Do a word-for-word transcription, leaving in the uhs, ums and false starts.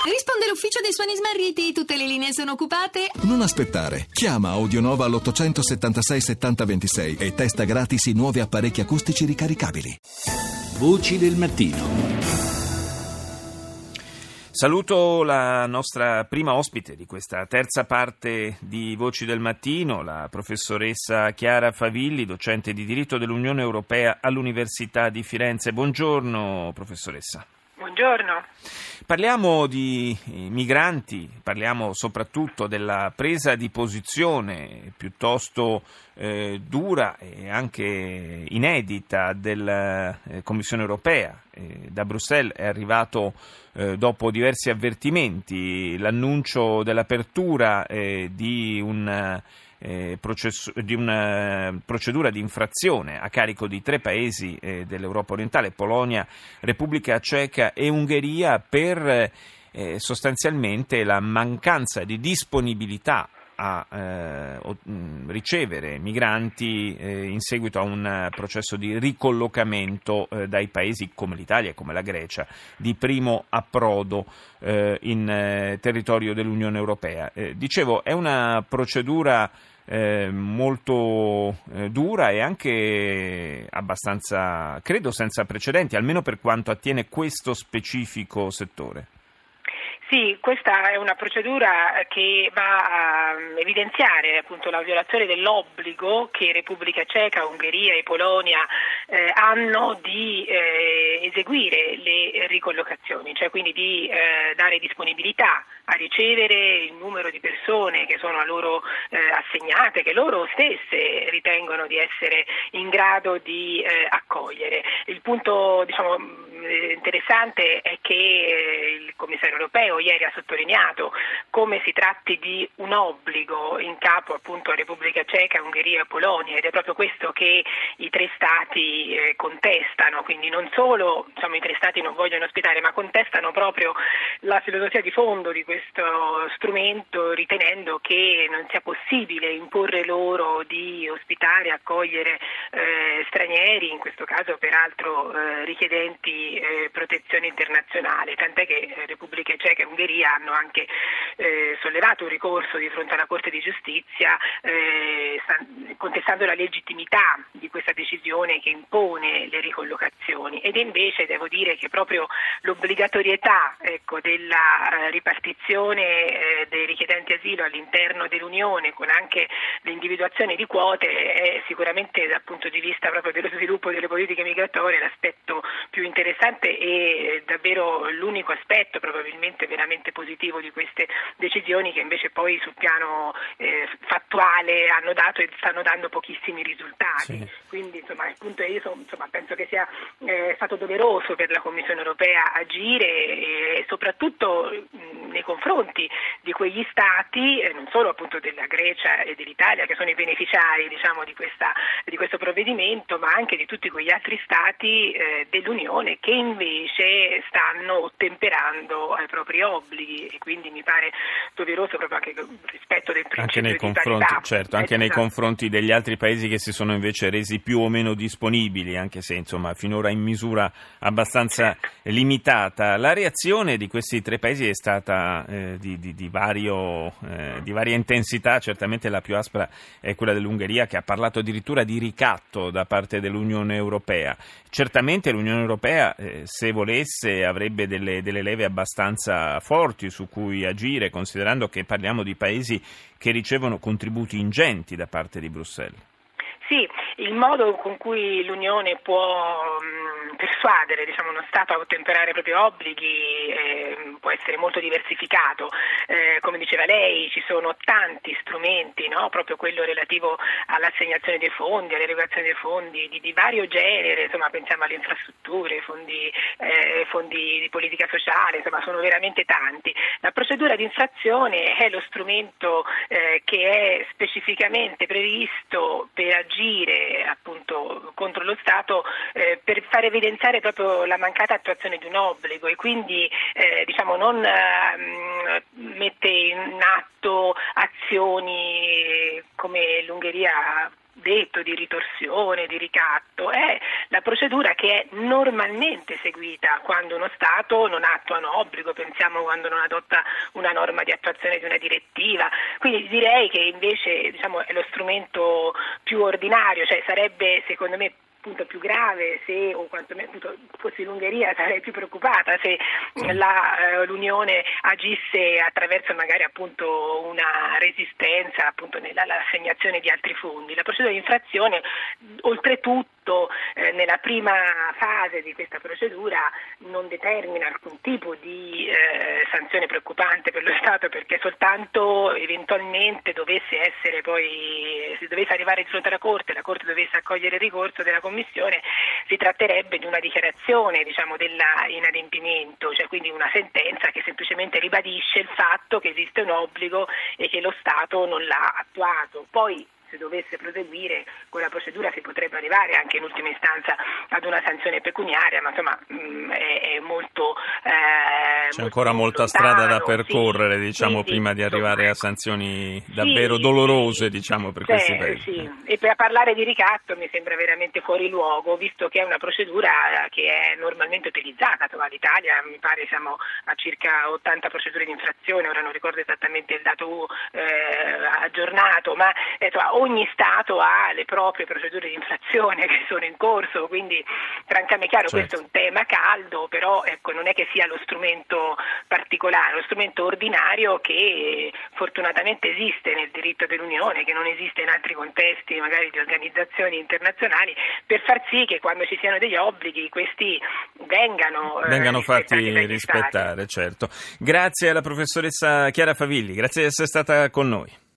Risponde l'ufficio dei suoni smarriti, tutte le linee sono occupate. Non aspettare, chiama Audionova all'ottocentosettantasei settanta ventisei e testa gratis i nuovi apparecchi acustici ricaricabili. Voci del mattino. Saluto la nostra prima ospite di questa terza parte di Voci del Mattino, la professoressa Chiara Favilli, docente di diritto dell'Unione Europea all'Università di Firenze. Buongiorno professoressa. Buongiorno. Parliamo di migranti, parliamo soprattutto della presa di posizione piuttosto eh, dura e anche inedita della eh, Commissione Europea. Eh, da Bruxelles è arrivato eh, dopo diversi avvertimenti l'annuncio dell'apertura eh, di un Eh, processo, di una procedura di infrazione a carico di tre paesi eh, dell'Europa orientale, Polonia, Repubblica Ceca e Ungheria, per eh, sostanzialmente la mancanza di disponibilità a eh, ricevere migranti eh, in seguito a un processo di ricollocamento eh, dai paesi come l'Italia e come la Grecia di primo approdo eh, in eh, territorio dell'Unione Europea. Eh, dicevo, è una procedura eh, molto eh, dura e anche abbastanza, credo, senza precedenti, almeno per quanto attiene questo specifico settore. Sì, questa è una procedura che va a evidenziare appunto la violazione dell'obbligo che Repubblica Ceca, Ungheria e Polonia eh, hanno di eh, eseguire le ricollocazioni, cioè quindi di eh, dare disponibilità a ricevere il numero di persone che sono a loro eh, assegnate, che loro stesse ritengono di essere in grado di eh, accogliere. Il punto, diciamo, interessante è che eh, il commissario europeo ieri ha sottolineato come si tratti di un obbligo in capo appunto a Repubblica Ceca, Ungheria e Polonia, ed è proprio questo che i tre stati eh, contestano, quindi non solo diciamo, i tre stati non vogliono ospitare, ma contestano proprio la filosofia di fondo di questo strumento, ritenendo che non sia possibile imporre loro di ospitare, accogliere eh, stranieri, in questo caso peraltro eh, richiedenti eh, protezione internazionale, tant'è che eh, Repubblica Ceca e Ungheria hanno anche eh, sollevato un ricorso di fronte alla Corte di Giustizia eh, contestando la legittimità di questa decisione che impone le ricollocazioni, ed invece devo dire che proprio l'obbligatorietà ecco, della eh, ripartizione eh, dei richiedenti asilo all'interno dell'Unione, con anche l'individuazione di quote, è sicuramente dal punto di vista proprio dello sviluppo delle politiche migratorie l'aspetto più interessante e davvero l'unico aspetto probabilmente veramente positivo di queste decisioni, che invece poi sul piano eh, fattuale hanno dato e stanno dando pochissimi risultati. Sì. Quindi insomma il punto è io insomma, penso che sia eh, stato doveroso per la Commissione Europea agire e soprattutto mh, nei confronti di quegli stati, eh, non solo appunto della Grecia e dell'Italia che sono i beneficiari diciamo di questa di questo provvedimento, ma anche di tutti quegli altri stati eh, dell'Unione che invece stanno ottemperando ai propri obblighi, e quindi mi pare doveroso proprio anche rispetto del principio anche nei di confronti, parità. certo, anche eh, nei esatto. confronti degli altri paesi che si sono invece resi più o meno disponibili, anche se insomma finora in misura abbastanza limitata. La reazione di questi tre paesi è stata eh, di, di, di, vario, eh, di varia intensità. Certamente la più aspra è quella dell'Ungheria, che ha parlato addirittura di ricatto da parte dell'Unione Europea. Certamente l'Unione Europea, eh, se volesse, avrebbe delle, delle leve abbastanza forti su cui agire, considerando che parliamo di paesi che ricevono contributi ingenti da parte di Bruxelles. Sì, il modo con cui l'Unione può mh, persuadere diciamo, uno Stato a ottemperare i propri obblighi eh, può essere molto diversificato. Eh, come diceva lei, ci sono tanti strumenti, no? Proprio quello relativo all'assegnazione dei fondi, all'erogazione dei fondi di, di vario genere, insomma pensiamo alle infrastrutture, fondi, eh, fondi di politica sociale, insomma sono veramente tanti. La procedura di infrazione è lo strumento eh, che è specificamente previsto per agire appunto contro lo Stato eh, per far evidenziare proprio la mancata attuazione di un obbligo, e quindi eh, diciamo non eh, mette in atto azioni come l'Ungheria detto di ritorsione, di ricatto, è la procedura che è normalmente seguita quando uno Stato non attua un obbligo, pensiamo quando non adotta una norma di attuazione di una direttiva. Quindi direi che invece, diciamo, è lo strumento più ordinario, cioè sarebbe secondo me appunto più grave se, o quantomeno appunto, fossi l'Ungheria sarei più preoccupata se la, eh, l'Unione agisse attraverso magari appunto una resistenza appunto nell'assegnazione di altri fondi. La procedura di infrazione oltretutto eh, nella prima fase di questa procedura non determina alcun tipo di eh, sanzione preoccupante per lo Stato, perché soltanto eventualmente dovesse essere poi, se dovesse arrivare di fronte alla Corte, la Corte dovesse accogliere il ricorso della Commissione, si tratterebbe di una dichiarazione, diciamo, dell'inadempimento, cioè quindi una sentenza che semplicemente ribadisce il fatto che esiste un obbligo e che lo Stato non l'ha attuato. Poi se dovesse proseguire con la procedura si potrebbe arrivare anche in ultima istanza ad una sanzione pecuniaria, ma insomma mh, è, è molto eh, c'è molto ancora molta lontano, strada da percorrere, sì, diciamo, sì, prima sì, di arrivare insomma, a sanzioni davvero sì, dolorose, diciamo, per cioè, questi paesi. Sì. E per parlare di ricatto mi sembra veramente fuori luogo, visto che è una procedura che è normalmente utilizzata. Insomma, l'Italia, mi pare, siamo a circa ottanta procedure di infrazione, ora non ricordo esattamente il dato eh, aggiornato, ma insomma, ogni Stato ha le proprie procedure di infrazione che sono in corso, quindi francamente è chiaro, certo, questo è un tema caldo, però ecco, non è che sia lo strumento particolare, lo strumento ordinario che fortunatamente esiste nel diritto dell'Unione, che non esiste in altri contesti magari di organizzazioni internazionali, per far sì che quando ci siano degli obblighi questi vengano, vengano eh, fatti rispettati rispettare, certo. Grazie alla professoressa Chiara Favilli, grazie di essere stata con noi.